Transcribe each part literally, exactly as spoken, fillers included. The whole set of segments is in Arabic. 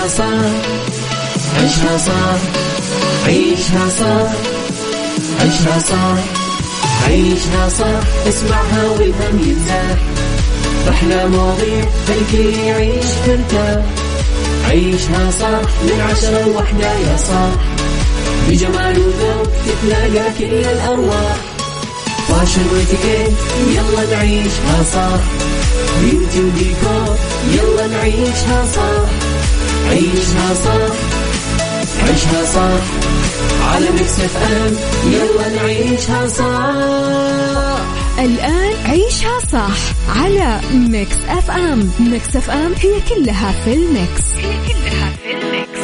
صح عيشها صح عيشها صح عيشها صح عيشها صح اسمعها والهم ينزاح أحلى مواضيع الكل يعيش ترتاح عيشها صح من عشرة لوحدة يا صاح بجمال وذوق تتلاقى كل الأرواح فاشل واتيكيت يلا نعيشها صح بيوتي وديكور يلا نعيشها صح عيشها صح عيشها صح على ميكس اف ام يلا نعيشها صح. الآن عيشها صح على ميكس اف ام. ميكس اف ام هي كلها في الميكس هي كلها في الميكس.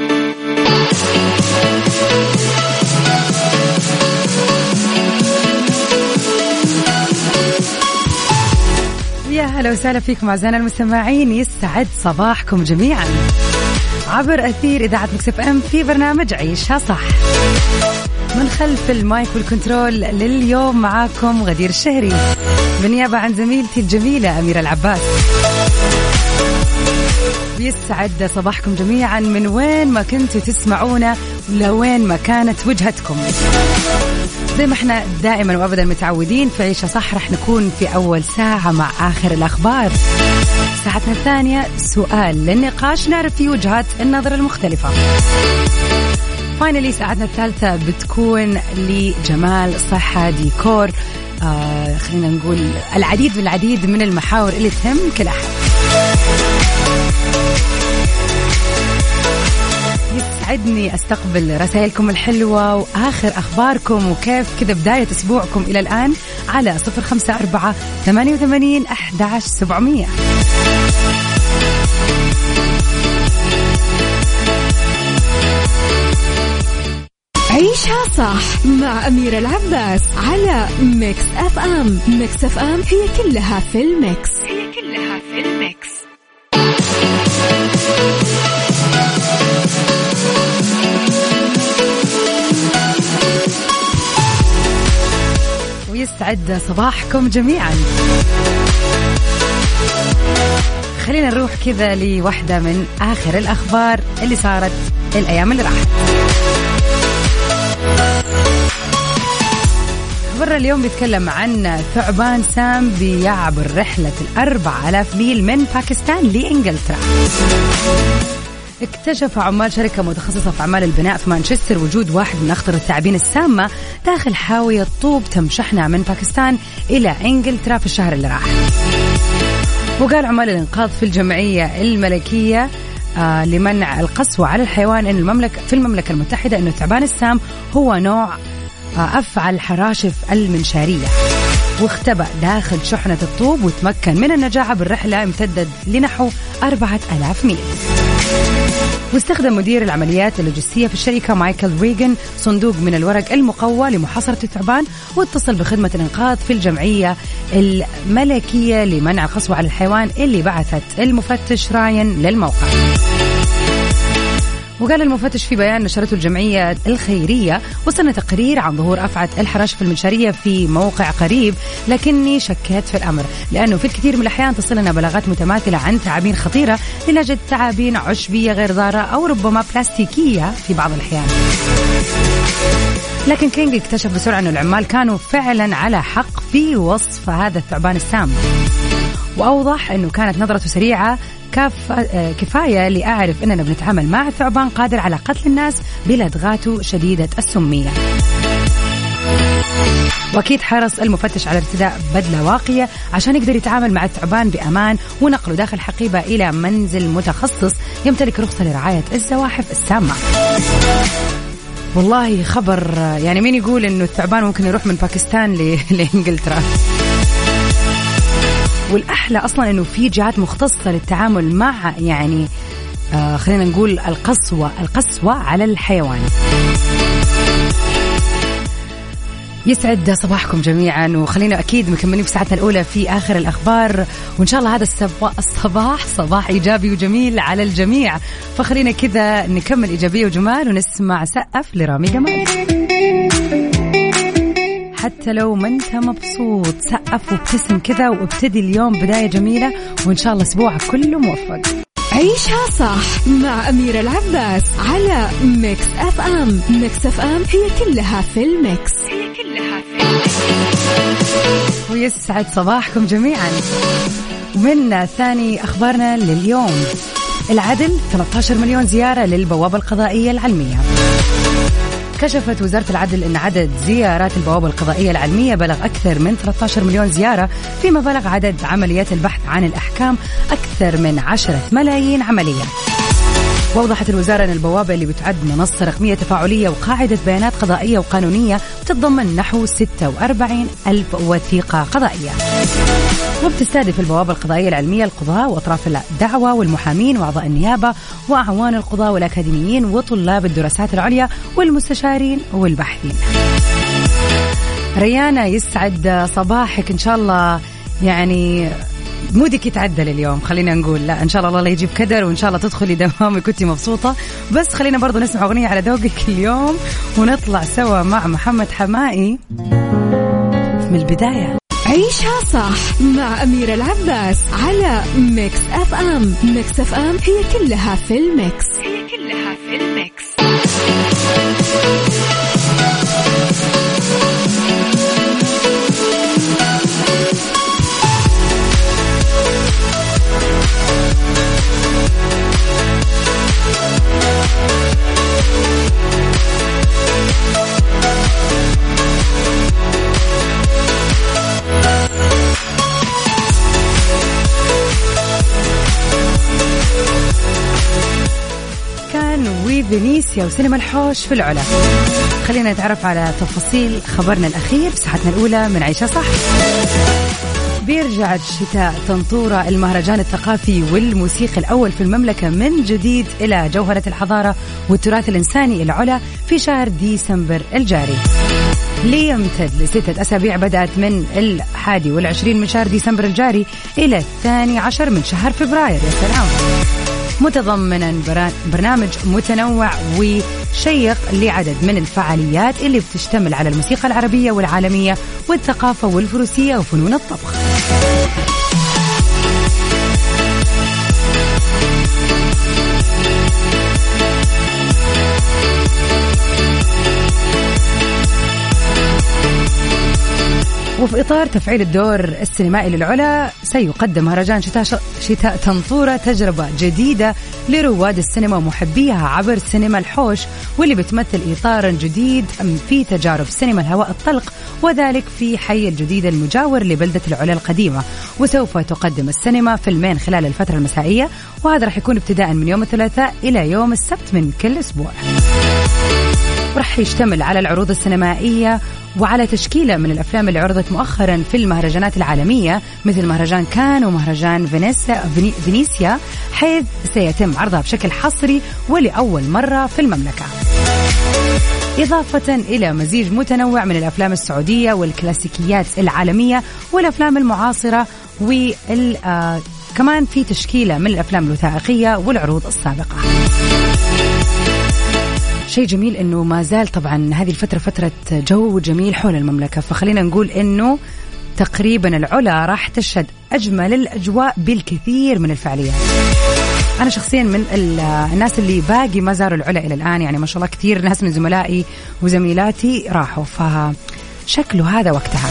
يا هلا وسهلا فيكم أعزائنا المستمعين، يسعد صباحكم جميعا عبر أثير إذاعة ميكس اف ام في برنامج عيشها صح. من خلف المايك والكنترول لليوم معاكم غدير الشهري بالنيابة عن زميلتي الجميلة أميرة العباس. بيسعد صباحكم جميعا من وين ما كنتوا تسمعونا ولوين ما كانت وجهتكم. زي ما احنا دائما وابدا متعودين في عيشة صح رح نكون في أول ساعة مع آخر الأخبار. ساعتنا الثانية سؤال للنقاش نعرف فيه وجهات النظر المختلفة. فاينلي ساعتنا الثالثة بتكون لجمال صحة ديكور، آه خلينا نقول العديد والعديد من المحاور اللي تهم كل أحد. يسعدني استقبل رسائلكم الحلوة وآخر أخباركم وكيف كذا بداية أسبوعكم إلى الآن على صفر خمسة أربعة ثمانية وثمانين أحد عشر سبعمية. عيشها صح مع أميرة العباس على ميكس اف ام. ميكس اف ام هي كلها في الميكس هي كلها في الميكس. ويسعد صباحكم جميعا. خلينا نروح كذا لوحدة من آخر الأخبار اللي صارت الأيام اللي راحت. خبر اليوم بيتكلم عن ثعبان سام بيعبر رحلة الأربع آلاف ميل من باكستان لإنجلترا. اكتشف عمال شركة متخصصة في أعمال البناء في مانشستر وجود واحد من أخطر الثعابين السامة داخل حاوية طوب تم شحنها من باكستان إلى إنجلترا في الشهر اللي راح. وقال عمال الإنقاذ في الجمعية الملكية آه لمنع القسوة على الحيوان إن المملكة في المملكة المتحدة إنه الثعبان السام هو نوع آه أفعل حراشف المنشارية، واختبأ داخل شحنة الطوب وتمكن من النجاة بالرحلة امتدت لنحو أربعة آلاف ميل. واستخدم مدير العمليات اللوجستية في الشركة مايكل ريغان صندوق من الورق المقوى لمحاصرة الثعبان، واتصل بخدمة الإنقاذ في الجمعية الملكية لمنع القسوة على الحيوان اللي بعثت المفتش راين للموقع. وقال المفتش في بيان نشرته الجمعية الخيرية: وصلنا تقرير عن ظهور أفعى الحراشف المنشارية في موقع قريب، لكني شكيت في الأمر لأنه في الكثير من الأحيان تصلنا بلاغات متماثلة عن تعابين خطيرة لنجد تعابين عشبية غير ضارة أو ربما بلاستيكية في بعض الأحيان. لكن كينج اكتشف بسرعة أن العمال كانوا فعلا على حق في وصف هذا الثعبان السام، وأوضح أنه كانت نظرته سريعة كفاية لأعرف أننا بنتعامل مع ثعبان قادر على قتل الناس بلدغاته شديدة السمية. وأكيد حرص المفتش على ارتداء بدلة واقية عشان يقدر يتعامل مع الثعبان بأمان، ونقله داخل حقيبة إلى منزل متخصص يمتلك رخصة لرعاية الزواحف السامة. والله خبر يعني مين يقول إنه الثعبان ممكن يروح من باكستان لإنجلترا. والأحلى أصلا إنه في جهات مختصة للتعامل مع يعني آه خلينا نقول القسوة القسوة على الحيوان. يسعد صباحكم جميعا، وخلينا أكيد مكملين في ساعتنا الأولى في آخر الأخبار، وإن شاء الله هذا الصباح صباح إيجابي وجميل على الجميع. فخلينا كذا نكمل إيجابية وجمال ونسمع سقف لرامي جمال. حتى لو ما انت مبسوط سقف وابتسم كذا وابتدي اليوم بداية جميلة، وإن شاء الله أسبوعك كله موفق. عيشها صح مع أميرة العباس على ميكس أف أم. ميكس أف أم هي كلها في الميكس، هي كلها في الميكس. ويسعد صباحكم جميعا. من ثاني أخبارنا لليوم، العدل ثلاثة عشر مليون زيارة للبوابة القضائية العلمية. كشفت وزارة العدل أن عدد زيارات البوابة القضائية العلمية بلغ أكثر من ثلاثة عشر مليون زيارة، فيما بلغ عدد عمليات البحث عن الأحكام أكثر من عشرة ملايين عملية. وأوضحت الوزارة أن البوابة اللي بتعد منصة رقمية تفاعلية وقاعدة بيانات قضائية وقانونية تتضمن نحو ستة وأربعين ألف وثيقة قضائية. وبتستهدف البوابة القضائية العلمية القضاة وأطراف الدعوة والمحامين وأعضاء النيابة وأعوان القضاة والأكاديميين وطلاب الدراسات العليا والمستشارين والباحثين. ريانا، يسعد صباحك، إن شاء الله يعني مودك يتعدل اليوم، خلينا نقول لا إن شاء الله الله يجيب كدر، وإن شاء الله تدخلي دوامك كنتي مبسوطة. بس خلينا برضو نسمع أغنية على ذوقك اليوم ونطلع سوا مع محمد حمائي من البداية. عيشها صح مع أميرة العباس على ميكس أف أم. ميكس أف أم هي كلها في الميكس، هي كلها في الميكس. فينيسيا وسينما الحوش في العلا. خلينا نتعرف على تفاصيل خبرنا الأخير في ساعتنا الأولى من عيشة صح. بيرجع شتاء طنطورة، المهرجان الثقافي والموسيقي الأول في المملكة، من جديد إلى جوهرة الحضارة والتراث الإنساني العلا في شهر ديسمبر الجاري، ليمتد لستة أسابيع بدأت من الحادي والعشرين من شهر ديسمبر الجاري إلى الثاني عشر من شهر فبراير. يا سلام. متضمنا برنامج متنوع وشيق لعدد من الفعاليات اللي بتشتمل على الموسيقى العربية والعالمية والثقافة والفروسية وفنون الطبخ. وفي إطار تفعيل الدور السينمائي للعلا، سيقدم مهرجان شتاء شتاء طنطورة تجربة جديدة لرواد السينما ومحبيها عبر سينما الحوش، واللي بتمثل إطارا جديد في تجارب سينما الهواء الطلق، وذلك في حي الجديد المجاور لبلدة العلا القديمة. وسوف تقدم السينما فيلمين خلال الفترة المسائية، وهذا راح يكون ابتداء من يوم الثلاثاء إلى يوم السبت من كل أسبوع. ورح يشتمل على العروض السينمائية وعلى تشكيلة من الأفلام اللي عرضت مؤخرا في المهرجانات العالمية مثل مهرجان كان ومهرجان فينيسيا, فينيسيا حيث سيتم عرضها بشكل حصري ولأول مرة في المملكة، إضافة إلى مزيج متنوع من الأفلام السعودية والكلاسيكيات العالمية والأفلام المعاصرة، وكمان في تشكيلة من الأفلام الوثائقية والعروض السابقة. شيء جميل إنه ما زال طبعا هذه الفترة فترة جو جميل حول المملكة، فخلينا نقول إنه تقريبا العلا راح تشهد أجمل الأجواء بالكثير من الفعاليات. أنا شخصيا من الناس اللي باقي ما زاروا العلا إلى الآن، يعني ما شاء الله كثير ناس من زملائي وزميلاتي راحوا، فشكله هذا وقتها.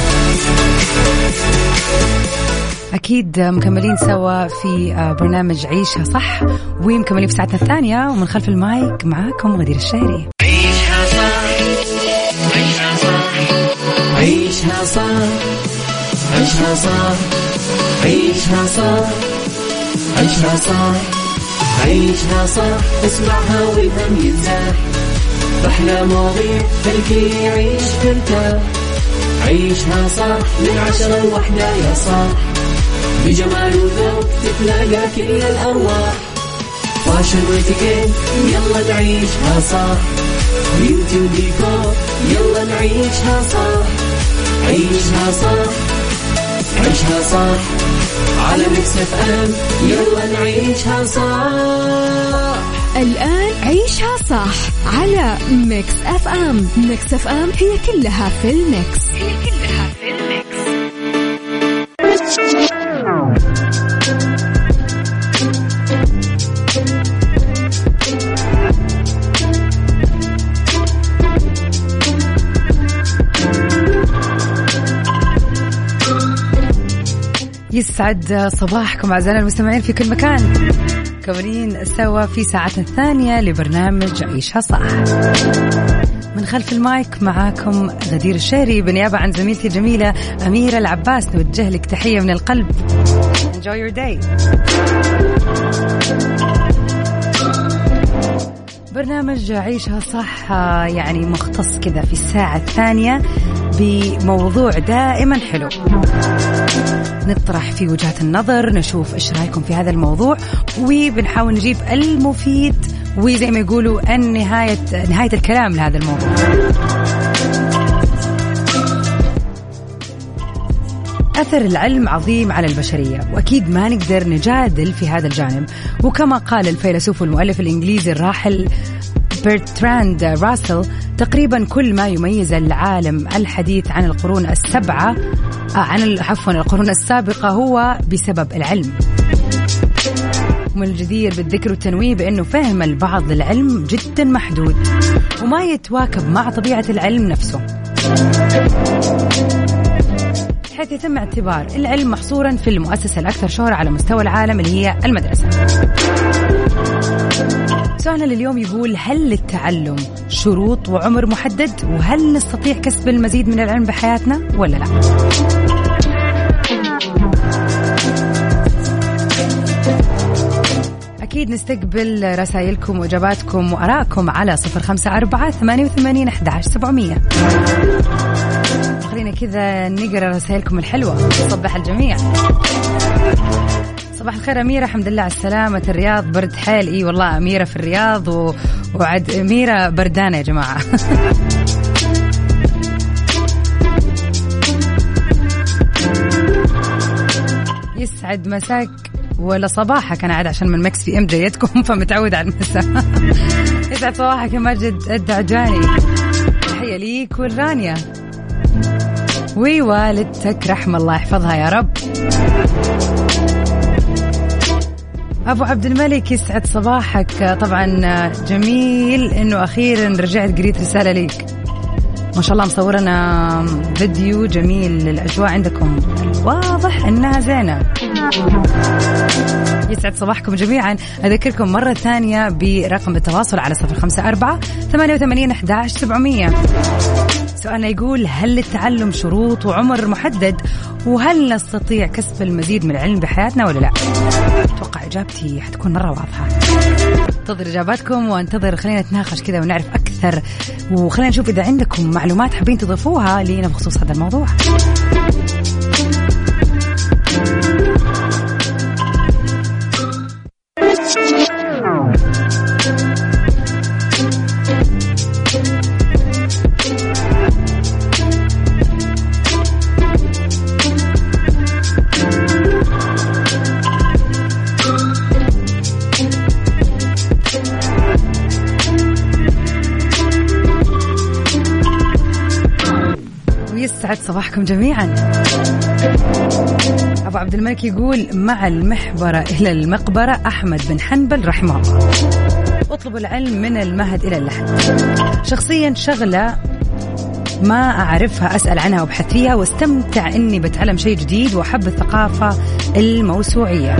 أكيد مكملين سوا في برنامج عيشها صح، ومكملين في ساعتنا الثانية، ومن خلف المايك معاكم غدير الشهري. عيشها صح، عيشها صح، عيشها صح، عيشها صح، عيشها صح، عيشها صح، عيشها صح، اسمعها والهم ينزاح، أحلى مواضيع خليك يعيش ترتاح. عيشها صح من عشرة لوحدة يا صاح، بجمال وذوق تتلاقى كل الأرواح، فاشل واتيكيت يلا نعيشها صح، بيوتي وديكور يلا نعيشها صح. عيشها صح، عيشها صح، على ميكس اف ام يلا نعيشها صح. الآن عيشها صح على ميكس اف ام. ميكس اف ام هي كلها في الميكس، هي كلها في الميكس. يسعد صباحكم أعزائنا المستمعين في كل مكان، كونين سوا في ساعتنا الثانية لبرنامج عيشها صح. من خلف المايك معاكم غدير الشهري بالنيابة عن زميلتي الجميلة أميرة العباس. نوجه لك تحية من القلب. Enjoy your day. برنامج عيشها صح يعني مختص كذا في الساعة الثانية بموضوع دائما حلو نطرح في وجهات النظر، نشوف إيش رأيكم في هذا الموضوع، وبنحاول نجيب المفيد وزي ما يقولوا النهاية نهاية الكلام لهذا الموضوع. أثر العلم عظيم على البشرية، وأكيد ما نقدر نجادل في هذا الجانب. وكما قال الفيلسوف والمؤلف الإنجليزي الراحل برتراند راسل، تقريبا كل ما يميز العالم الحديث عن القرون السبعة عن عفوا القرون السابقة هو بسبب العلم. ومن الجدير بالذكر والتنويه بأنه فهم البعض للعلم جدا محدود وما يتواكب مع طبيعة العلم نفسه، حيث يتم اعتبار العلم محصورا في المؤسسة الأكثر شهرة على مستوى العالم اللي هي المدرسة. سؤالنا لليوم يقول: هل للتعلم شروط وعمر محدد؟ وهل نستطيع كسب المزيد من العلم بحياتنا ولا لا؟ أكيد نستقبل رسائلكم وإجاباتكم وأراءكم على صفر خمسة أربعة ثمانية وثمانين أحد عشر سبعمية. خلينا كذا نقرأ رسائلكم الحلوة. صباح الجميع. صباح الخير أميرة، الحمد لله على السلامة. الرياض برد حيل. إيه والله أميرة في الرياض و... وعد أميرة بردانة يا جماعة. يسعد مساك ولا صباحك، أنا عاد عشان من مكس في إم جيتكم فمتعود على المساء. يسعد صباحك يا ماجد الدعجاني، تحية ليك والرانية ووالدتك رحم الله يحفظها يا رب. أبو عبد الملك يسعد صباحك، طبعا جميل إنه أخيرا رجعت قريت رسالة ليك، ما شاء الله مصورنا فيديو جميل للأجواء عندكم، واضح إنها زينة. يسعد صباحكم جميعا. أذكركم مرة ثانية برقم التواصل على صفر خمسة أربعة ثمانية وثمانين أحد عشر سبعمية. سؤالنا يقول: هل للتعلم شروط وعمر محدد؟ وهل نستطيع كسب المزيد من العلم بحياتنا ولا لا؟ أتوقع إجابتي حتكون مرة واضحة. انتظر إجاباتكم وانتظر، خلينا نتناقش كذا ونعرف أكثر، وخلينا نشوف إذا عندكم معلومات حابين تضيفوها لنا بخصوص هذا الموضوع. يسعد صباحكم جميعا. أبو عبد الملك يقول: مع المحبرة إلى المقبرة أحمد بن حنبل رحمه الله، اطلبوا العلم من المهد إلى اللحد. شخصيا شغلة ما أعرفها أسأل عنها وابحث فيها واستمتع إني بتعلم شيء جديد وأحب الثقافة الموسوعية.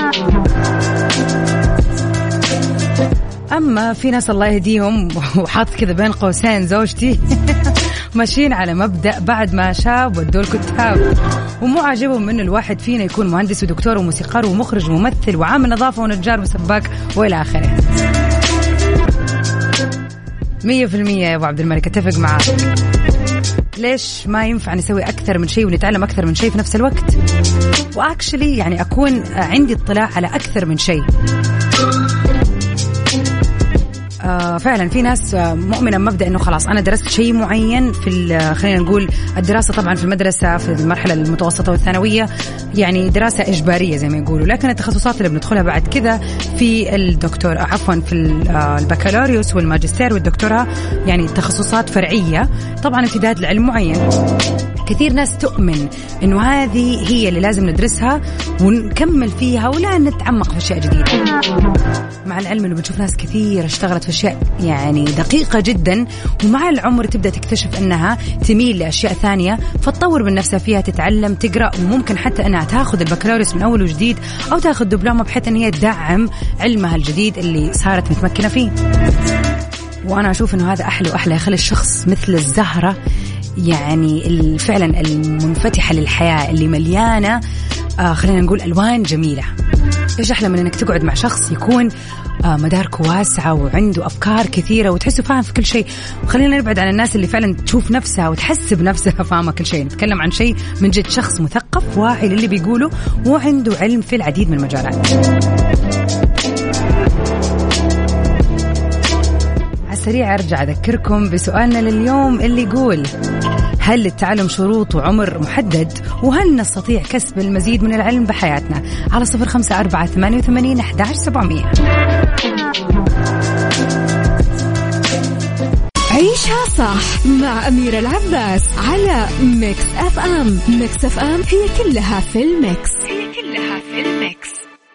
أما في ناس الله يهديهم وحاط كذا بين قوسين زوجتي ماشيين على مبدأ بعد ما شاب ودوا الكتاب، ومو عاجبهم إن الواحد فينا يكون مهندس ودكتور وموسيقار ومخرج وممثل وعامل نظافة ونجار وسباك وإلى آخره. مية في المية يا أبو عبد الملك أتفق معاك. ليش ما ينفع نسوي أكثر من شيء ونتعلم أكثر من شيء في نفس الوقت؟ وأكشلي يعني أكون عندي اطلاع على أكثر من شيء. آه فعلا في ناس مؤمنة بمبدأ إنه خلاص أنا درست شيء معين في خلينا نقول الدراسة، طبعا في المدرسة في المرحلة المتوسطة والثانوية يعني دراسة إجبارية زي ما يقولوا، لكن التخصصات اللي بندخلها بعد كذا في الدكتور عفوا في البكالوريوس والماجستير والدكتوراه يعني تخصصات فرعية طبعا امتداد لعلم معين. كثير ناس تؤمن إنه هذه هي اللي لازم ندرسها ونكمل فيها ولا نتعمق في أشياء جديدة، مع العلم إنه بنشوف ناس كثير اشتغلت في أشياء يعني دقيقة جدا، ومع العمر تبدأ تكتشف أنها تميل لأشياء ثانية فتطور من نفسها فيها، تتعلم تقرأ، وممكن حتى أنها تاخذ البكالوريوس من أول وجديد أو تاخذ دبلومة بحيث أن هي تدعم علمها الجديد اللي صارت متمكنة فيه. وأنا أشوف أنه هذا أحلى وأحلى، يخلي الشخص مثل الزهرة يعني فعلا المنفتحة للحياة اللي مليانة آه خلينا نقول ألوان جميلة. إيش أحلى من أنك تقعد مع شخص يكون آه مداركه واسعة وعنده أفكار كثيرة وتحسه فاهم في كل شيء. وخلينا نبعد عن الناس اللي فعلا تشوف نفسها وتحس بنفسها فاهمة كل شيء، نتكلم عن شيء من جد شخص مثقف واعي للي بيقوله وعنده علم في العديد من المجالات. سريع أرجع أذكركم بسؤالنا لليوم اللي يقول: هل للتعلم شروط وعمر محدد؟ وهل نستطيع كسب المزيد من العلم بحياتنا؟ على صفر خمسة أربعة ثمانية وثمانين أحد عشر سبعمية. عيشها صح مع أميرة العباس على ميكس أف أم. ميكس أف أم هي كلها في الميكس، هي كلها في الميكس.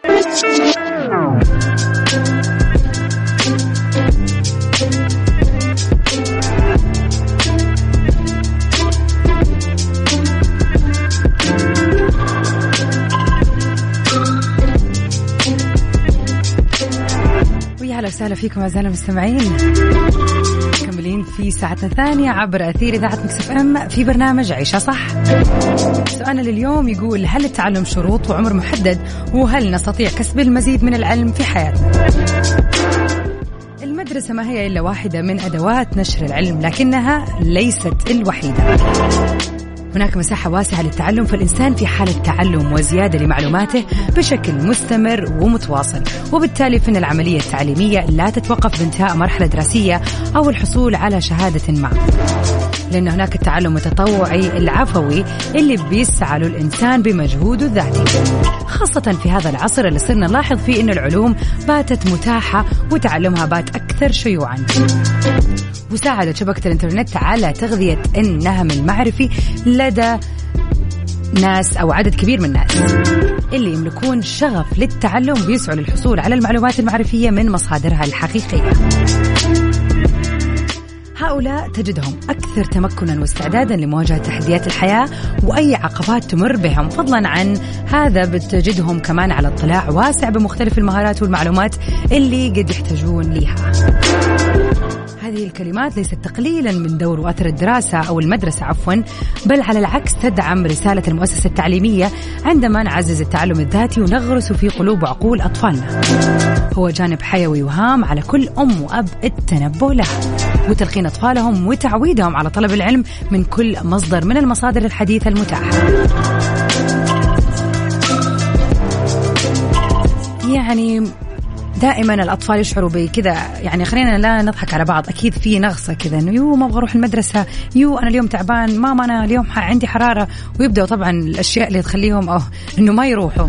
أهلا وسهلا فيكم أعزائنا المستمعين، مكملين في ساعتنا الثانية عبر أثير إذاعة ميكس أف أم في برنامج عيشها صح. سؤالنا لليوم يقول: هل التعلم شروط وعمر محدد؟ وهل نستطيع كسب المزيد من العلم في حياتنا؟ المدرسة ما هي إلا واحدة من أدوات نشر العلم، لكنها ليست الوحيدة. هناك مساحة واسعة للتعلم، فالإنسان في حالة تعلم وزيادة لمعلوماته بشكل مستمر ومتواصل، وبالتالي فإن العملية التعليمية لا تتوقف بانتهاء مرحلة دراسية أو الحصول على شهادة ما، لأن هناك التعلم التطوعي العفوي اللي بيسعى له الإنسان بمجهوده الذاتي، خاصة في هذا العصر اللي صرنا نلاحظ فيه إن العلوم باتت متاحة وتعلمها بات أكثر شيوعا. وساعدت شبكة الإنترنت على تغذية النهم المعرفي لدى ناس أو عدد كبير من الناس اللي يملكون شغف للتعلم بيسعوا للحصول على المعلومات المعرفية من مصادرها الحقيقية. هؤلاء تجدهم أكثر تمكنا واستعدادا لمواجهة تحديات الحياة وأي عقبات تمر بهم. فضلا عن هذا بتجدهم كمان على اطلاع واسع بمختلف المهارات والمعلومات اللي قد يحتاجون لها. هذه الكلمات ليست تقليلا من دور وأثر الدراسة أو المدرسة عفوا، بل على العكس تدعم رسالة المؤسسة التعليمية عندما نعزز التعلم الذاتي ونغرس في قلوب وعقول أطفالنا. هو جانب حيوي وهام على كل أم وأب التنبؤ له وتلقين أطفالهم وتعويدهم على طلب العلم من كل مصدر من المصادر الحديثة المتاحة. يعني دائما الأطفال يشعروا بكذا، يعني خلينا لا نضحك على بعض، أكيد في نغصة كذا إنه يو ما أبغى أروح المدرسة، يو أنا اليوم تعبان، ماما أنا اليوم عندي حرارة، ويبدأوا طبعا الأشياء اللي تخليهم أو إنه ما يروحوا.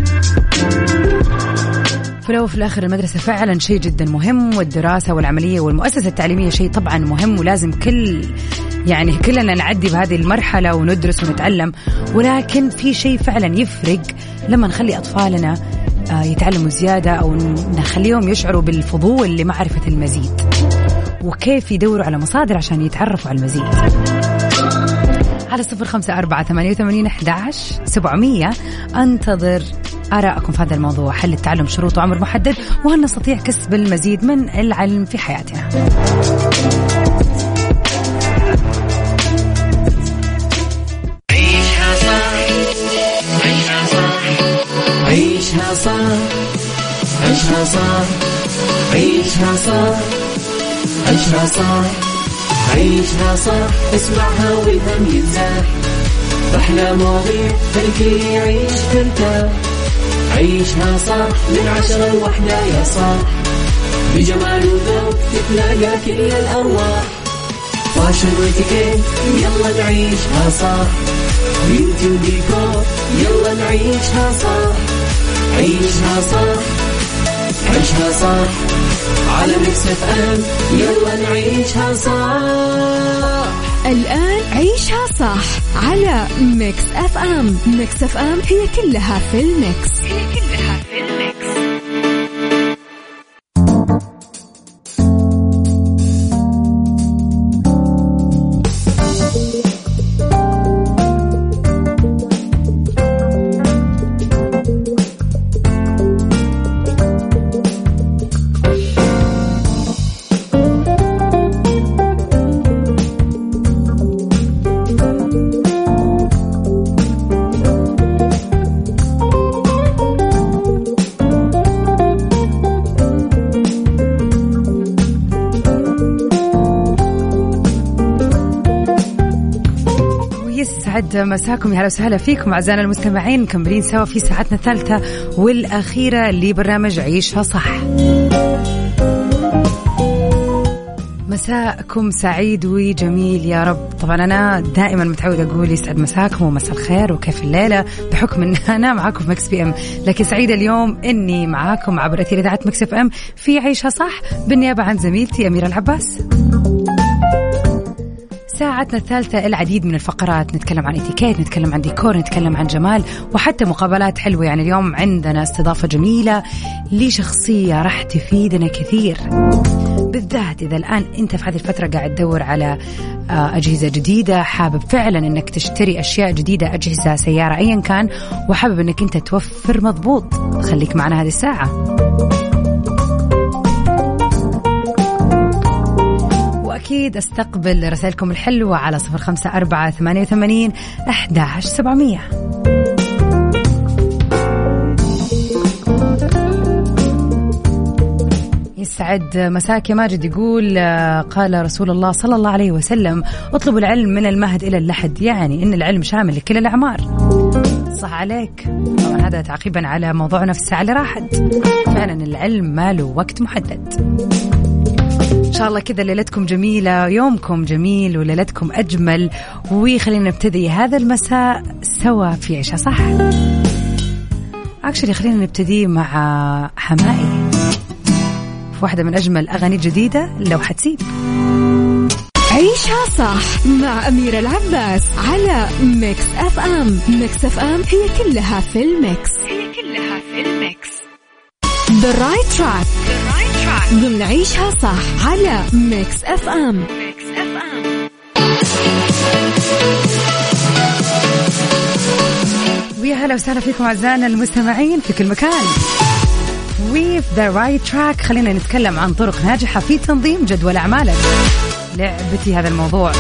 فلو في الآخر المدرسة فعلا شيء جدا مهم، والدراسة والعملية والمؤسسة التعليمية شيء طبعا مهم، ولازم كل يعني كلنا نعدي بهذه المرحلة وندرس ونتعلم. ولكن في شيء فعلا يفرق لما نخلي أطفالنا يتعلموا زيادة أو نخليهم يشعروا بالفضول لمعرفة المزيد، وكيف يدوروا على مصادر عشان يتعرفوا على المزيد. على صفر خمسة أربعة ثمانية وثمانين أحد عشر سبعمية أنتظر آراءكم في هذا الموضوع. هل التعلم شروط وعمر محدد؟ وهل نستطيع كسب المزيد من العلم في حياتنا؟ عيشها صح، عيشها صح، عيشها صح، عيشها صح، عيشها صح، عيشها صح، عيشها صح، اسمعها والهم ينزاح، أحلى مواضيع خليك يعيش ترتاح. عيشها صح من عشرة لوحدة يا صاح، بجمال وذوق تتلاقى كل الأرواح، فاشل واتيكيت يلا نعيشها صح، بيوتي وديكور يلا نعيشها صح. عيشها صح، عيشها صح، على ميكس اف ام يلا نعيشها صح. الآن عيشها صح على ميكس أف أم. ميكس أف أم هي كلها في الميكس، هي كلها في الميكس. يسعد مساكم، يا هلا وسهلا فيكم أعزائنا المستمعين، مكملين سوا في ساعتنا الثالثة والأخيرة لبرنامج عيشها صح. مساءكم سعيد وجميل يا رب. طبعا أنا دائما متعود أقول يسعد مساكم ومساء الخير وكيف الليلة، بحكم أن أنا معاكم في مكس بي أم، لكن سعيدة اليوم أني معاكم عبر أثير إذاعة مكس اف ام في عيشها صح بالنيابة عن زميلتي أميرة العباس. ساعتنا الثالثة العديد من الفقرات، نتكلم عن اتيكيت، نتكلم عن ديكور، نتكلم عن جمال، وحتى مقابلات حلوة. يعني اليوم عندنا استضافة جميلة لشخصية راح تفيدنا كثير، بالذات إذا الآن أنت في هذه الفترة قاعد تدور على أجهزة جديدة، حابب فعلا أنك تشتري أشياء جديدة، أجهزة، سيارة، أيا كان، وحابب أنك أنت توفر مضبوط. خليك معنا هذه الساعة. أكيد أستقبل رسائلكم الحلوة على صفر خمسة أربعة ثمانية وثمانين أحد عشر سبعمية. يسعد مساك يا ماجد. يقول قال رسول الله صلى الله عليه وسلم اطلبوا العلم من المهد إلى اللحد، يعني إن العلم شامل لكل الأعمار. صح عليك. طبعا هذا تعقيبا على موضوعنا في الساعة اللي راحت. فعلا العلم ما له وقت محدد. إن شاء الله كذا ليلتكم جميلة، يومكم جميل وليلتكم أجمل، وخلينا نبتدي هذا المساء سوا في عيشها صح. أكشلي خلينا نبتدي مع حمائي في واحدة من أجمل أغاني جديدة، لو حتسيب. عيشها صح مع أميرة العباس على ميكس أف أم. ميكس أف أم هي كلها في الميكس، هي كلها في الميكس. The right track, the right track. ضمن عيشها صح على ميكس أف أم. ميكس أف أم. ويا هلا وسهلا فيكم أعزائنا المستمعين في كل مكان. With the right track خلينا نتكلم عن طرق ناجحة في تنظيم جدول أعمالك. لعبتي هذا الموضوع.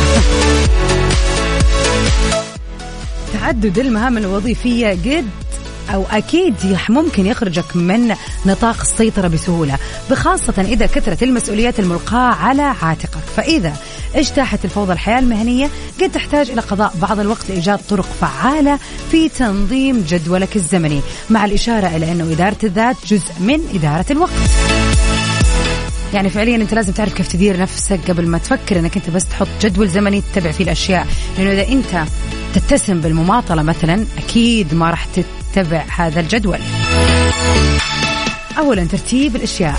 تعدد المهام الوظيفية قد أو أكيد ممكن يخرجك من نطاق السيطرة بسهولة، بخاصة إذا كثرت المسؤوليات الملقاة على عاتقك. فإذا اجتاحت الفوضى الحياة المهنية قد تحتاج إلى قضاء بعض الوقت لإيجاد طرق فعالة في تنظيم جدولك الزمني، مع الإشارة إلى أنه إدارة الذات جزء من إدارة الوقت. يعني فعليا أنت لازم تعرف كيف تدير نفسك قبل ما تفكر أنك أنت بس تحط جدول زمني تتبع فيه الأشياء، لأنه إذا أنت تتسم بالمماطلة مثلا أكيد ما راح تتبع هذا الجدول. أولا ترتيب الأشياء.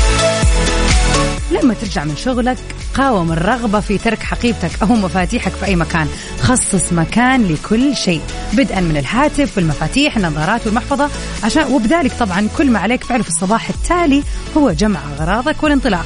لما ترجع من شغلك قاوم الرغبة في ترك حقيبتك أو مفاتيحك في أي مكان، خصص مكان لكل شيء بدءا من الهاتف والمفاتيح النظارات والمحفظة، عشان وبذلك طبعا كل ما عليك فعله في الصباح التالي هو جمع أغراضك والانطلاق.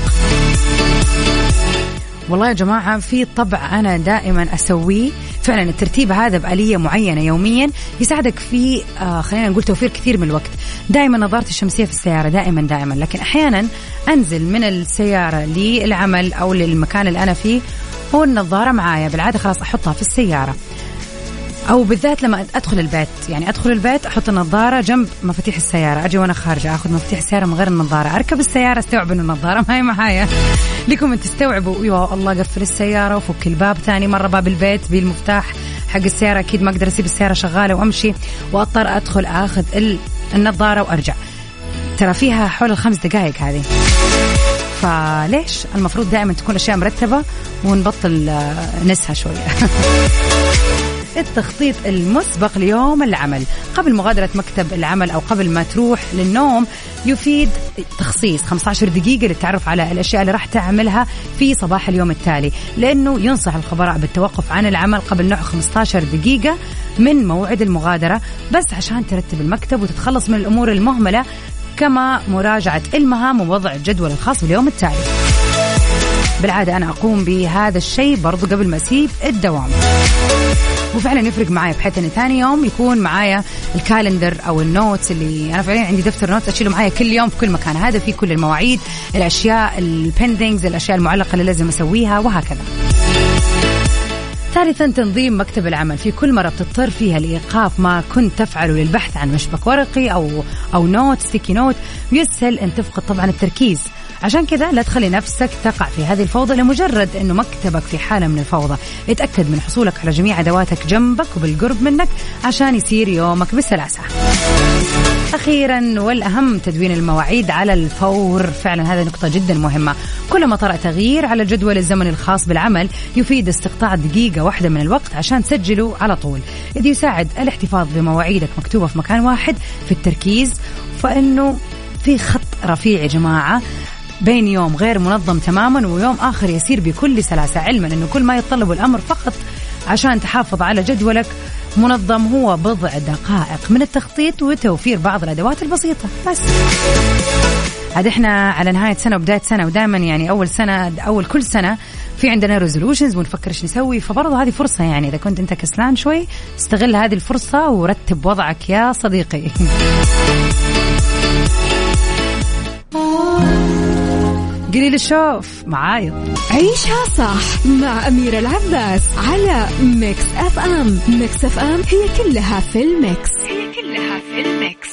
والله يا جماعة في طبع أنا دائما أسويه، فعلا الترتيب هذا بآلية معينة يوميا يساعدك في آه خلينا نقول توفير كثير من الوقت. دائما نظارتي الشمسية في السيارة دائما دائما، لكن أحيانا أنزل من السيارة للعمل أو للمكان اللي أنا فيه هو النظارة معايا بالعادة خلاص أحطها في السيارة، أو بالذات لما أدخل البيت، يعني أدخل البيت أحط النظارة جنب مفاتيح السيارة، أجي وأنا خارجة أخذ مفاتيح السيارة من غير النظارة، أركب السيارة استوعب إنه النظارة ما هي معايا. لكم أن تستوعبوا يا الله قفل السيارة وفك الباب ثاني مرة، باب البيت بالمفتاح حق السيارة أكيد ما أقدر أسيب السيارة شغالة وأمشي وأضطر أدخل أخذ النظارة وأرجع، ترى فيها حول الخمس دقائق هذه. فليش المفروض دائما تكون أشياء مرتبة ونبطل نسها شوية. التخطيط المسبق ليوم العمل قبل مغادرة مكتب العمل أو قبل ما تروح للنوم يفيد تخصيص خمسة عشر دقيقة للتعرف على الأشياء اللي راح تعملها في صباح اليوم التالي، لأنه ينصح الخبراء بالتوقف عن العمل قبل نحو خمسة عشر دقيقة من موعد المغادرة، بس عشان ترتب المكتب وتتخلص من الأمور المهملة كما مراجعة المهام ووضع الجدول الخاص باليوم التالي. بالعادة أنا أقوم بهذا الشيء برضو قبل ما أسيب الدوام، وفعلا يفرق معايا بحيث أن ثاني يوم يكون معايا الكالندر أو النوتس اللي أنا فعلا عندي دفتر نوتس أشيله معايا كل يوم في كل مكان، هذا فيه كل المواعيد، الأشياء البندينجز، الأشياء المعلقة اللي لازم أسويها وهكذا. ثالثا تنظيم مكتب العمل، في كل مرة بتضطر فيها لإيقاف ما كنت تفعله للبحث عن مشبك ورقي أو أو نوت ستيكي نوت يسهل أن تفقد طبعا التركيز، عشان كذا لا تخلي نفسك تقع في هذه الفوضى لمجرد أنه مكتبك في حالة من الفوضى. اتأكد من حصولك على جميع أدواتك جنبك وبالقرب منك عشان يصير يومك بسلاسة. أخيرا والأهم تدوين المواعيد على الفور، فعلا هذه نقطة جدا مهمة. كلما طرأ تغيير على الجدول الزمني الخاص بالعمل يفيد استقطاع دقيقة واحدة من الوقت عشان تسجله على طول، إذ يساعد الاحتفاظ بمواعيدك مكتوبة في مكان واحد في التركيز، فإنه في خط رفيع يا جماعة بين يوم غير منظم تماما ويوم آخر يسير بكل سلاسة، علما أنه كل ما يتطلب الأمر فقط عشان تحافظ على جدولك منظم هو بضع دقائق من التخطيط وتوفير بعض الأدوات البسيطة بس. هذا احنا على نهاية سنة وبداية سنة، ودائما يعني أول سنة أول كل سنة في عندنا ريزولوشنز ونفكر ايش نسوي، فبرضه هذه فرصة يعني إذا كنت أنت كسلان شوي استغل هذه الفرصة ورتب وضعك يا صديقي. قليل الشوف معايا عيشها صح مع أميرة العباس على ميكس أف أم. ميكس أف أم هي كلها في الميكس، هي كلها في الميكس.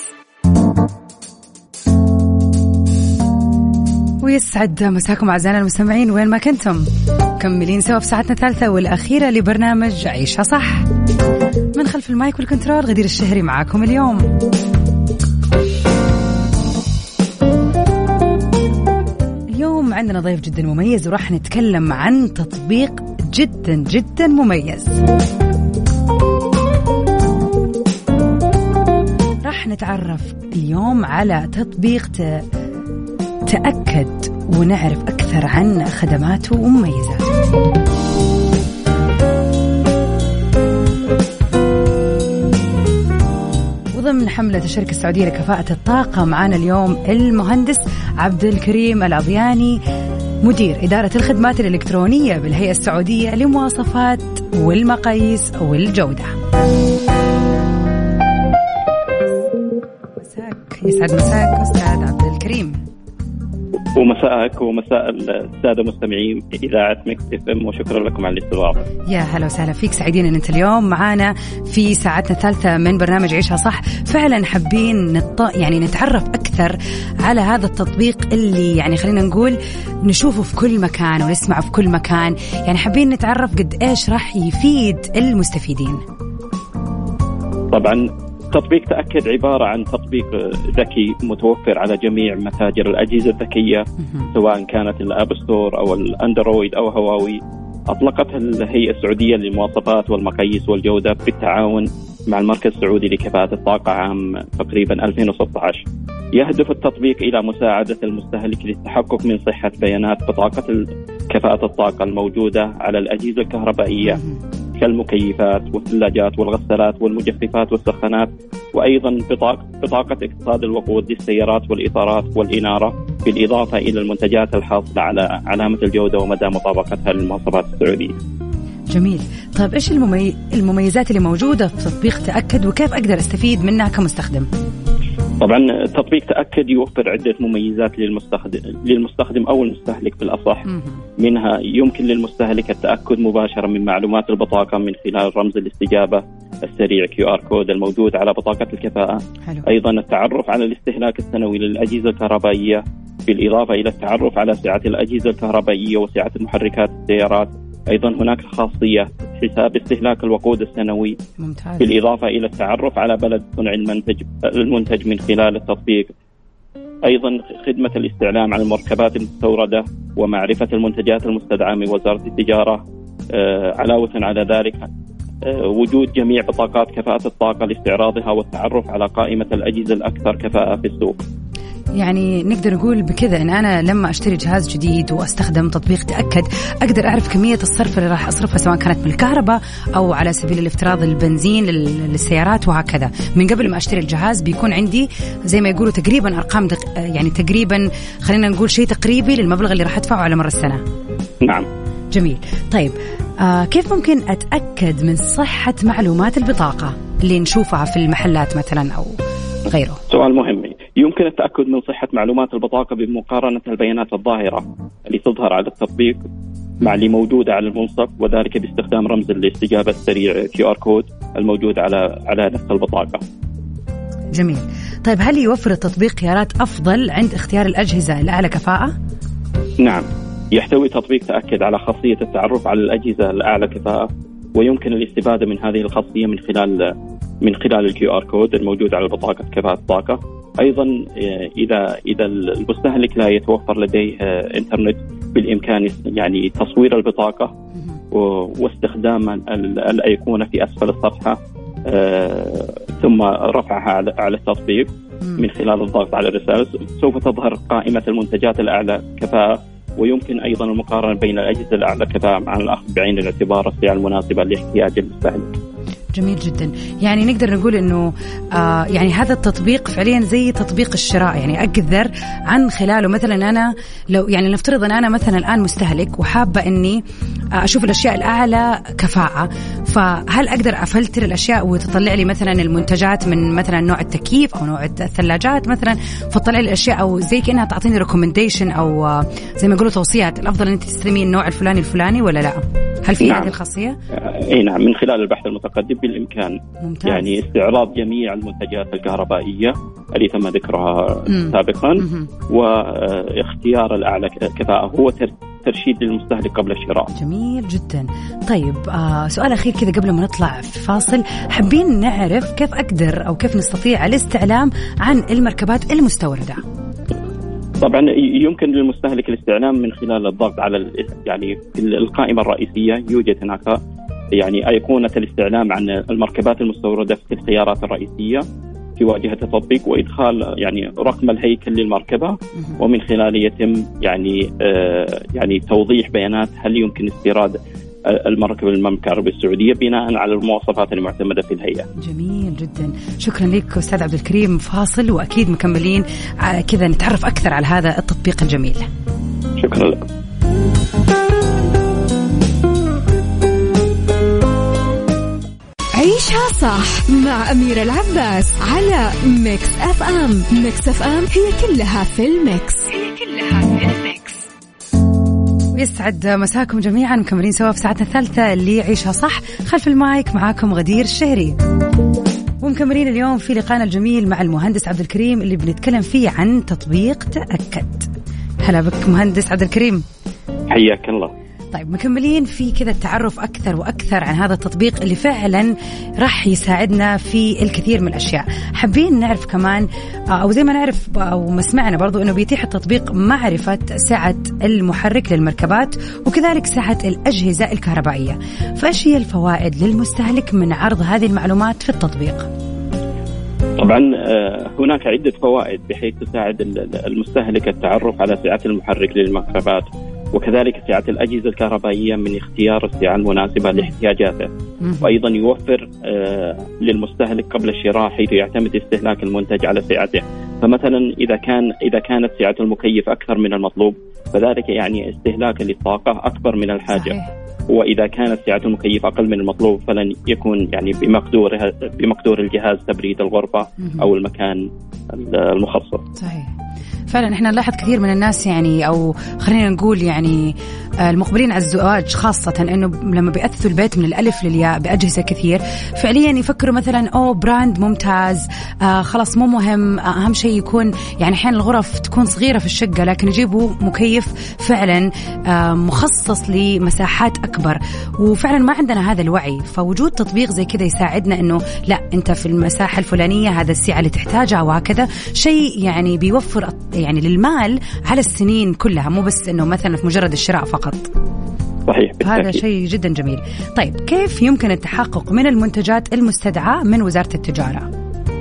ويسعد مساكم أعزائنا المستمعين وين ما كنتم، مكملين سوا في ساعتنا الثالثة والأخيرة لبرنامج عيشها صح. من خلف المايك والكنترول غدير الشهري معاكم اليوم. اليوم عندنا ضيف جدا مميز وراح نتكلم عن تطبيق جدا جدا مميز. راح نتعرف اليوم على تطبيق ت... تأكد ونعرف أكثر عن خدماته ومميزاته. ضمن حملة الشركة السعودية لكفاءة الطاقة معنا اليوم المهندس عبد الكريم العضياني، مدير إدارة الخدمات الإلكترونية بالهيئة السعودية لمواصفات والمقاييس والجودة. مساك يسعد مساك أستاذ عبد الكريم. ومساءك ومساء السادة مستمعين إذاعة ميكس اف ام، وشكرا لكم على الاستضافة. يا هلا وسهلا فيك، سعيدين أن أنت اليوم معنا في ساعتنا الثالثة من برنامج عيشها صح. فعلا حابين نط... يعني نتعرف أكثر على هذا التطبيق اللي يعني خلينا نقول نشوفه في كل مكان ونسمعه في كل مكان، يعني حابين نتعرف قد إيش راح يفيد المستفيدين. طبعا تطبيق تأكد عبارة عن تطبيق ذكي متوفر على جميع متاجر الأجهزة الذكية سواء كانت الأب ستور أو الأندرويد أو هواوي. أطلقتها الهيئة السعودية للمواصفات والمقاييس والجودة بالتعاون مع المركز السعودي لكفاءة الطاقة عام تقريبا ألفين وستة عشر. يهدف التطبيق إلى مساعدة المستهلك للتحقق من صحة بيانات بطاقة كفاءة الطاقة الموجودة على الأجهزة الكهربائية كالمكيفات والثلاجات والغسالات والمجففات والسخانات، وأيضا بطاقة, بطاقة اقتصاد الوقود للسيارات والإطارات والإنارة، بالإضافة إلى المنتجات الحاصلة على علامة الجودة ومدى مطابقتها للمواصفات السعودية. جميل. طيب إيش الممي... المميزات اللي موجودة في تطبيق تأكد وكيف أقدر أستفيد منها كمستخدم؟ طبعا تطبيق تأكد يوفر عدة مميزات للمستخدم للمستخدم أو المستهلك بالأصح. منها يمكن للمستهلك التأكد مباشرة من معلومات البطاقة من خلال رمز الاستجابة السريع كيو آر كود الموجود على بطاقة الكفاءة. حلو. أيضا التعرف على الاستهلاك السنوي للأجهزة الكهربائية، بالإضافة إلى التعرف على سعة الأجهزة الكهربائية وسعة محركات السيارات. أيضا هناك خاصية حساب استهلاك الوقود السنوي. ممتاز. بالإضافة إلى التعرف على بلد صنع المنتج المنتج من خلال التطبيق. أيضا خدمة الاستعلام عن المركبات المستوردة ومعرفة المنتجات المستدعاة من وزارة التجارة. آه علاوة على ذلك وجود جميع بطاقات كفاءة الطاقة لاستعراضها والتعرف على قائمة الأجهزة الأكثر كفاءة في السوق. يعني نقدر نقول بكذا إن أنا لما أشتري جهاز جديد وأستخدم تطبيق تأكد أقدر أعرف كمية الصرف اللي راح أصرفها سواء كانت بالكهرباء أو على سبيل الافتراض البنزين للسيارات وهكذا. من قبل ما أشتري الجهاز بيكون عندي زي ما يقولوا تقريبا أرقام دق... يعني تقريبا خلينا نقول شيء تقريبي للمبلغ اللي راح أدفعه على مر السنة. نعم. جميل. طيب آه كيف ممكن أتأكد من صحة معلومات البطاقة اللي نشوفها في المحلات مثلا أو غيره؟ سؤال مهم. يمكن التأكد من صحة معلومات البطاقة بمقارنة البيانات الظاهرة اللي تظهر على التطبيق مع اللي موجودة على الملصق، وذلك باستخدام رمز الاستجابة السريع كيو آر كود الموجود على على نفس البطاقة. جميل. طيب هل يوفر التطبيق خيارات أفضل عند اختيار الأجهزة الأعلى كفاءة؟ نعم، يحتوي تطبيق تأكد على خاصية التعرف على الأجهزة الأعلى كفاءة، ويمكن الاستفادة من هذه الخاصية من خلال من خلال الكيو آر كود الموجود على بطاقة كفاءة الطاقة. أيضا إذا إذا المستهلك لا يتوفر لديه إنترنت بالإمكان يعني تصوير البطاقة واستخدام الأيقونة في أسفل الصفحة ثم رفعها على التطبيق من خلال الضغط على الرسالة، سوف تظهر قائمة المنتجات الأعلى كفاءة. ويمكن أيضا المقارنة بين الأجهزة الأعلى كفاءة مع الأخذ بعين الاعتبار السعر المناسبة لاحتياج المستهلك. جميل جدا. يعني نقدر نقول إنه آه يعني هذا التطبيق فعليا زي تطبيق الشراء، يعني أقدر عن خلاله مثلا أنا لو يعني نفترض أن أنا مثلا الآن مستهلك وحابة إني أشوف الأشياء الأعلى كفاءة، فهل أقدر أفلتر الأشياء وتطلع لي مثلا المنتجات من مثلا نوع التكييف أو نوع الثلاجات مثلا، فتطلع لي الأشياء أو زي كأنها تعطيني ريكومنديشن أو زي ما يقولوا توصيات الأفضل أن أنت تستخدمين النوع الفلاني الفلاني ولا لا؟ هل في نعم. هذه الخاصية؟ أي نعم، من خلال البحث المتقدم بالإمكان ممتاز. يعني استعراض جميع المنتجات الكهربائية اللي تم ذكرها مم. سابقا مم. واختيار الأعلى كفاءة هو ترشيد للمستهلك قبل الشراء. جميل جدا. طيب آه سؤال أخير كذا قبل ما نطلع في فاصل، حابين نعرف كيف أقدر أو كيف نستطيع الاستعلام عن المركبات المستوردة. طبعا يمكن للمستهلك الاستعلام من خلال الضغط على يعني القائمة الرئيسية، يوجد هناك يعني أيقونة الاستعلام عن المركبات المستوردة في الخيارات الرئيسية في واجهة التطبيق، وإدخال يعني رقم الهيكل للمركبة، ومن خلاله يتم يعني آه يعني توضيح بيانات هل يمكن استيراد المركب المملكة العربية السعودية بناء على المواصفات المعتمدة في الهيئة. جميل جدا. شكرا لك أستاذ عبد الكريم. فاصل وأكيد مكملين كذا نتعرف أكثر على هذا التطبيق الجميل. شكرا لك. عيشها صح مع أميرة العباس على ميكس أف أم. ميكس أف أم هي كلها في الميكس. هي كلها في الميكس. يسعد مساكم جميعا، مكملين سوا في ساعتنا الثالثة اللي عيشها صح. خلف المايك معاكم غدير الشهري، ومكملين اليوم في لقاءنا الجميل مع المهندس عبد الكريم اللي بنتكلم فيه عن تطبيق تأكد. هلا بك مهندس عبد الكريم. حياك الله. طيب مكملين في كذا التعرف أكثر وأكثر عن هذا التطبيق اللي فعلا راح يساعدنا في الكثير من الأشياء. حابين نعرف كمان أو زي ما نعرف أو ما سمعنا برضو أنه بيتيح التطبيق معرفة سعة المحرك للمركبات وكذلك سعة الأجهزة الكهربائية. فإيش هي الفوائد للمستهلك من عرض هذه المعلومات في التطبيق؟ طبعا هناك عدة فوائد بحيث تساعد المستهلك التعرف على سعة المحرك للمركبات وكذلك سعة الأجهزة الكهربائية من اختيار السعة المناسبة لاحتياجاته، وأيضا يوفر للمستهلك قبل الشراء حيث يعتمد استهلاك المنتج على سعته. فمثلا إذا كان إذا كانت سعة المكيف أكثر من المطلوب فذلك يعني استهلاك للطاقة أكبر من الحاجة. صحيح. وإذا كانت سعة المكيف أقل من المطلوب فلن يكون يعني بمقدور بمقدور الجهاز تبريد الغرفة أو المكان المخصص. صحيح. فعلا احنا نلاحظ كثير من الناس يعني او خلينا نقول يعني المقبلين على الزواج خاصة انه لما بيأثثوا البيت من الالف للياء بأجهزة كثير فعليا يفكروا مثلا او براند ممتاز آه خلاص مو مهم آه اهم شيء يكون يعني احيانا الغرف تكون صغيرة في الشقة لكن يجيبوا مكيف فعلا آه مخصص لمساحات اكبر، وفعلا ما عندنا هذا الوعي. فوجود تطبيق زي كذا يساعدنا انه لا انت في المساحة الفلانية هذا السعة اللي تحتاجها وهكذا شيء يعني بيوفر يعني للمال على السنين كلها، مو بس انه مثلا في مجرد الشراء فقط. صحيح. هذا شيء جدا جميل. طيب كيف يمكن التحقق من المنتجات المستدعاة من وزارة التجارة؟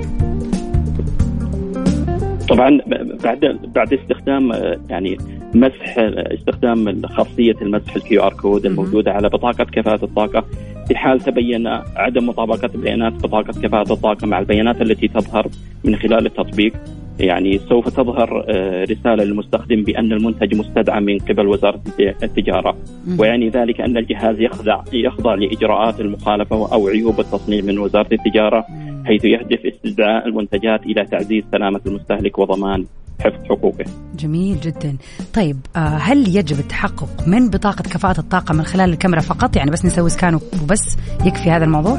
طبعا بعد بعد استخدام يعني مسح استخدام خاصية المسح الكيو آر كود الموجودة على بطاقة كفاءة الطاقة، في حال تبين عدم مطابقة بيانات بطاقة كفاءة الطاقة مع البيانات التي تظهر من خلال التطبيق، يعني سوف تظهر رسالة للمستخدم بأن المنتج مستدعى من قبل وزارة التجارة، ويعني ذلك أن الجهاز يخضع يخضع لإجراءات المخالفة أو عيوب التصنيع من وزارة التجارة، حيث يهدف استدعاء المنتجات إلى تعزيز سلامة المستهلك وضمان حفظ حقوقه. جميل جدا. طيب هل يجب التحقق من بطاقة كفاءة الطاقة من خلال الكاميرا فقط، يعني بس نسوي سكان وبس يكفي هذا الموضوع؟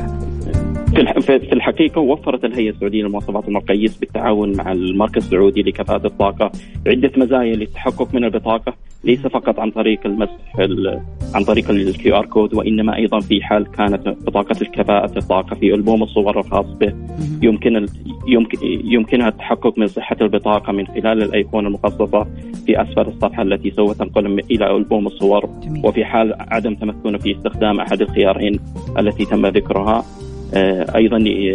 في الحقيقة وفرت الهيئة السعودية للمواصفات والمقاييس بالتعاون مع المركز السعودي لكفاءة الطاقة عدة مزايا للتحقق من البطاقة، ليس فقط عن طريق المسح عن طريق الكيو آر كود، وإنما أيضا في حال كانت بطاقة الكفاءة الطاقة في ألبوم الصور الخاص به يمكن يمكن يمكنها التحقق من صحة البطاقة من خلال الأيقونة المخصصة في أسفل الصفحة التي سوف تنقل إلى ألبوم الصور. جميل. وفي حال عدم تمكنه في استخدام أحد الخيارين التي تم ذكرها أيضا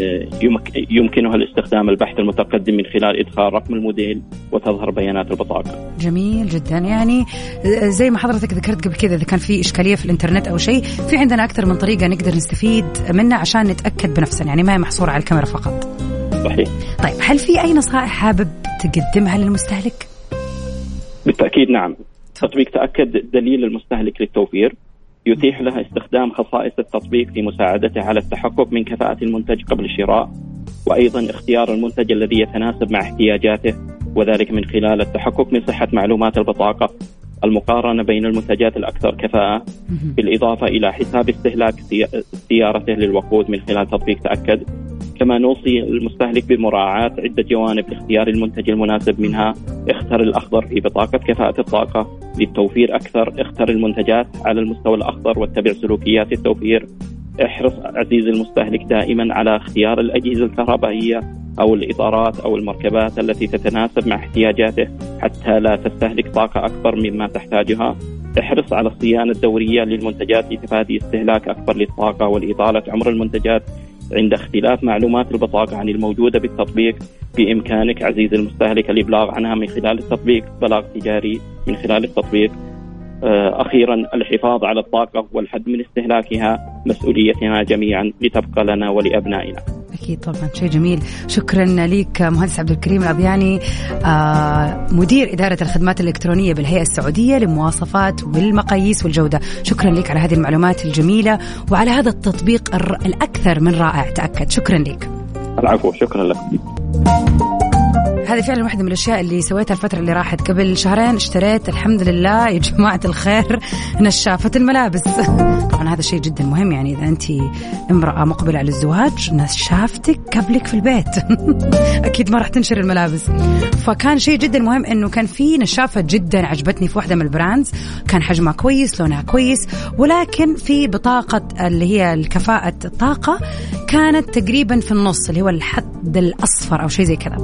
يمكنها الاستخدام البحث المتقدم من خلال إدخال رقم الموديل وتظهر بيانات البطاقة. جميل جدا. يعني زي ما حضرتك ذكرت قبل كذا، إذا كان في إشكالية في الإنترنت أو شيء، في عندنا أكثر من طريقة نقدر نستفيد منها عشان نتأكد بنفسنا، يعني ما هي محصورة على الكاميرا فقط. صحيح. طيب هل في أي نصائح حابب تقدمها للمستهلك؟ بالتأكيد نعم. تطبيق تأكد دليل المستهلك للتوفير يتيح له استخدام خصائص التطبيق في مساعدته على التحقق من كفاءة المنتج قبل الشراء، وأيضا اختيار المنتج الذي يتناسب مع احتياجاته، وذلك من خلال التحقق من صحة معلومات البطاقة، المقارنة بين المنتجات الأكثر كفاءة، بالإضافة إلى حساب استهلاك سيارته للوقود من خلال تطبيق تأكد. كما نوصي المستهلك بمراعاة عدة جوانب لاختيار المنتج المناسب، منها اختر الأخضر في بطاقة كفاءة الطاقة للتوفير أكثر، اختر المنتجات على المستوى الأخضر واتبع سلوكيات التوفير. احرص عزيزي المستهلك دائما على اختيار الأجهزة الكهربائية أو الإطارات أو المركبات التي تتناسب مع احتياجاته حتى لا تستهلك طاقة أكبر مما تحتاجها. احرص على الصيانة الدورية للمنتجات لتفادي استهلاك أكبر للطاقة ولإطالة عمر المنتجات. عند اختلاف معلومات البطاقة عن الموجودة بالتطبيق، بإمكانك عزيزي المستهلك الإبلاغ عنها من خلال التطبيق، بلاغ تجاري من خلال التطبيق. أخيرا الحفاظ على الطاقة والحد من استهلاكها مسؤوليتنا جميعا لتبقى لنا ولأبنائنا. أكيد طبعا، شيء جميل. شكرا لك مهندس عبد الكريم العضياني، مدير إدارة الخدمات الإلكترونية بالهيئة السعودية للمواصفات والمقاييس والجودة. شكرا لك على هذه المعلومات الجميلة وعلى هذا التطبيق الأكثر من رائع. تأكد. شكرا لك. العفو، شكرا لك. هذه فعلا واحدة من الأشياء اللي سويتها الفترة اللي راحت. قبل شهرين اشتريت الحمد لله يا جماعة الخير نشافة الملابس. طبعا هذا شيء جدا مهم، يعني إذا أنت امرأة مقبلة على الزواج نشافتك قبلك في البيت أكيد ما راح تنشر الملابس. فكان شيء جدا مهم إنه كان في نشافة جدا عجبتني في واحدة من البراندز، كان حجمها كويس، لونها كويس، ولكن في بطاقة اللي هي الكفاءة الطاقة كانت تقريبا في النص، اللي هو الحد الأصفر أو شيء زي كذا.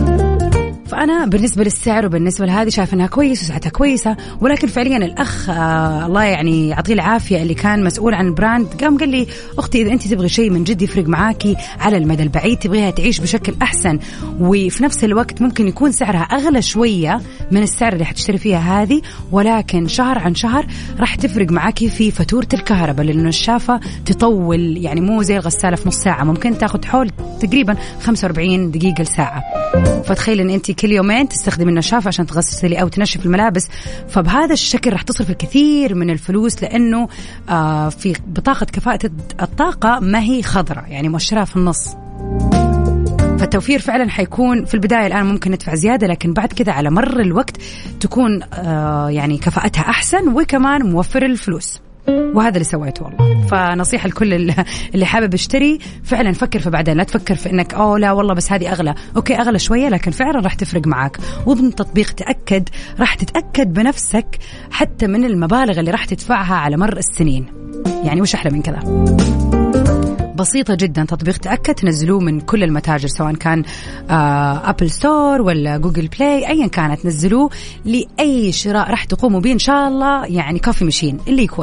فأنا بالنسبة للسعر وبالنسبة لهذه شايف أنها كويس وسعتها كويسة، ولكن فعليا الأخ آه الله يعني يعطيه العافية اللي كان مسؤول عن البراند قام قال لي أختي إذا أنت تبغي شيء من جد يفرق معاكي على المدى البعيد، تبغيها تعيش بشكل أحسن وفي نفس الوقت ممكن يكون سعرها أغلى شوية من السعر اللي حتشتري فيها هذه، ولكن شهر عن شهر راح تفرق معاكي في فاتورة الكهرباء، لأنه الشافة تطول، يعني مو زي الغسالة في نص ساعة، ممكن تاخد حول تقريبا خمسة وأربعين دقيقة لساعة. فتخيل أن أنت كل يومين تستخدم النشافة عشان تغسلي أو تنشف الملابس، فبهذا الشكل راح تصرف الكثير من الفلوس، لأنه آه في بطاقة كفاءة الطاقة ما هي خضرة، يعني مؤشرها في النص. فالتوفير فعلا حيكون في البداية الآن ممكن ندفع زيادة، لكن بعد كذا على مر الوقت تكون آه يعني كفاءتها أحسن وكمان موفر الفلوس. وهذا اللي سويته والله. فنصيحة لكل اللي حابب يشتري فعلا فكر في بعدين، لا تفكر في انك اوه لا والله بس هذه اغلى، اوكي اغلى شوية لكن فعلا راح تفرق معك. وضمن تطبيق تأكد راح تتأكد بنفسك حتى من المبالغ اللي راح تدفعها على مر السنين، يعني وش أحلى من كذا. بسيطة جدا. تطبيق تأكد تنزلوه من كل المتاجر سواء كان آه أبل ستور ولا جوجل بلاي، أيا كانت نزلوه لأي شراء راح تقوموا به إن شاء الله، يعني كوفي ماشين اللي يكون.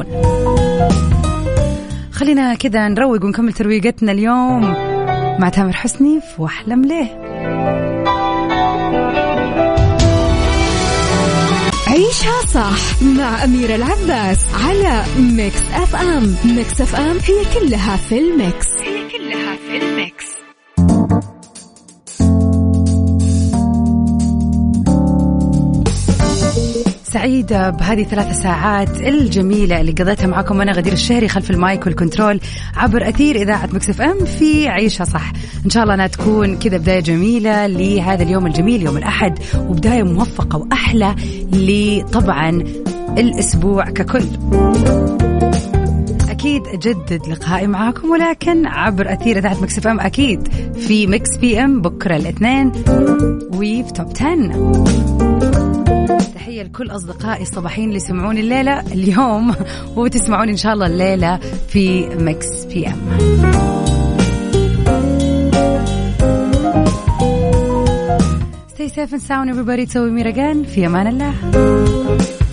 خلينا كذا نروق ونكمل ترويقتنا اليوم مع تامر حسني في وأحلم ليه. عيشها صح مع أميرة العباس على ميكس أف أم. ميكس أف أم هي كلها في الميكس، هي كلها في الميكس. سعيدة بهذه ثلاث ساعات الجميلة اللي قضيتها معكم أنا غدير الشهري خلف المايك والكنترول عبر أثير إذاعة ميكس أف أم في عيشها صح. إن شاء الله أنها تكون كذا بداية جميلة لهذا اليوم الجميل يوم الأحد، وبداية موفقة وأحلى لطبعا الأسبوع ككل. أكيد أجدد لقائي معاكم ولكن عبر أثير إذاعة ميكس أف أم أكيد في ميكس بي أم بكرة الاثنين وفي توب عشرة. تحية لكل أصدقائي الصباحين اللي سمعوني الليلة اليوم وتسمعوني إن شاء الله الليلة في ميكس بي أم. Stay safe and sound everybody. تسوي ميرجان في أمان الله.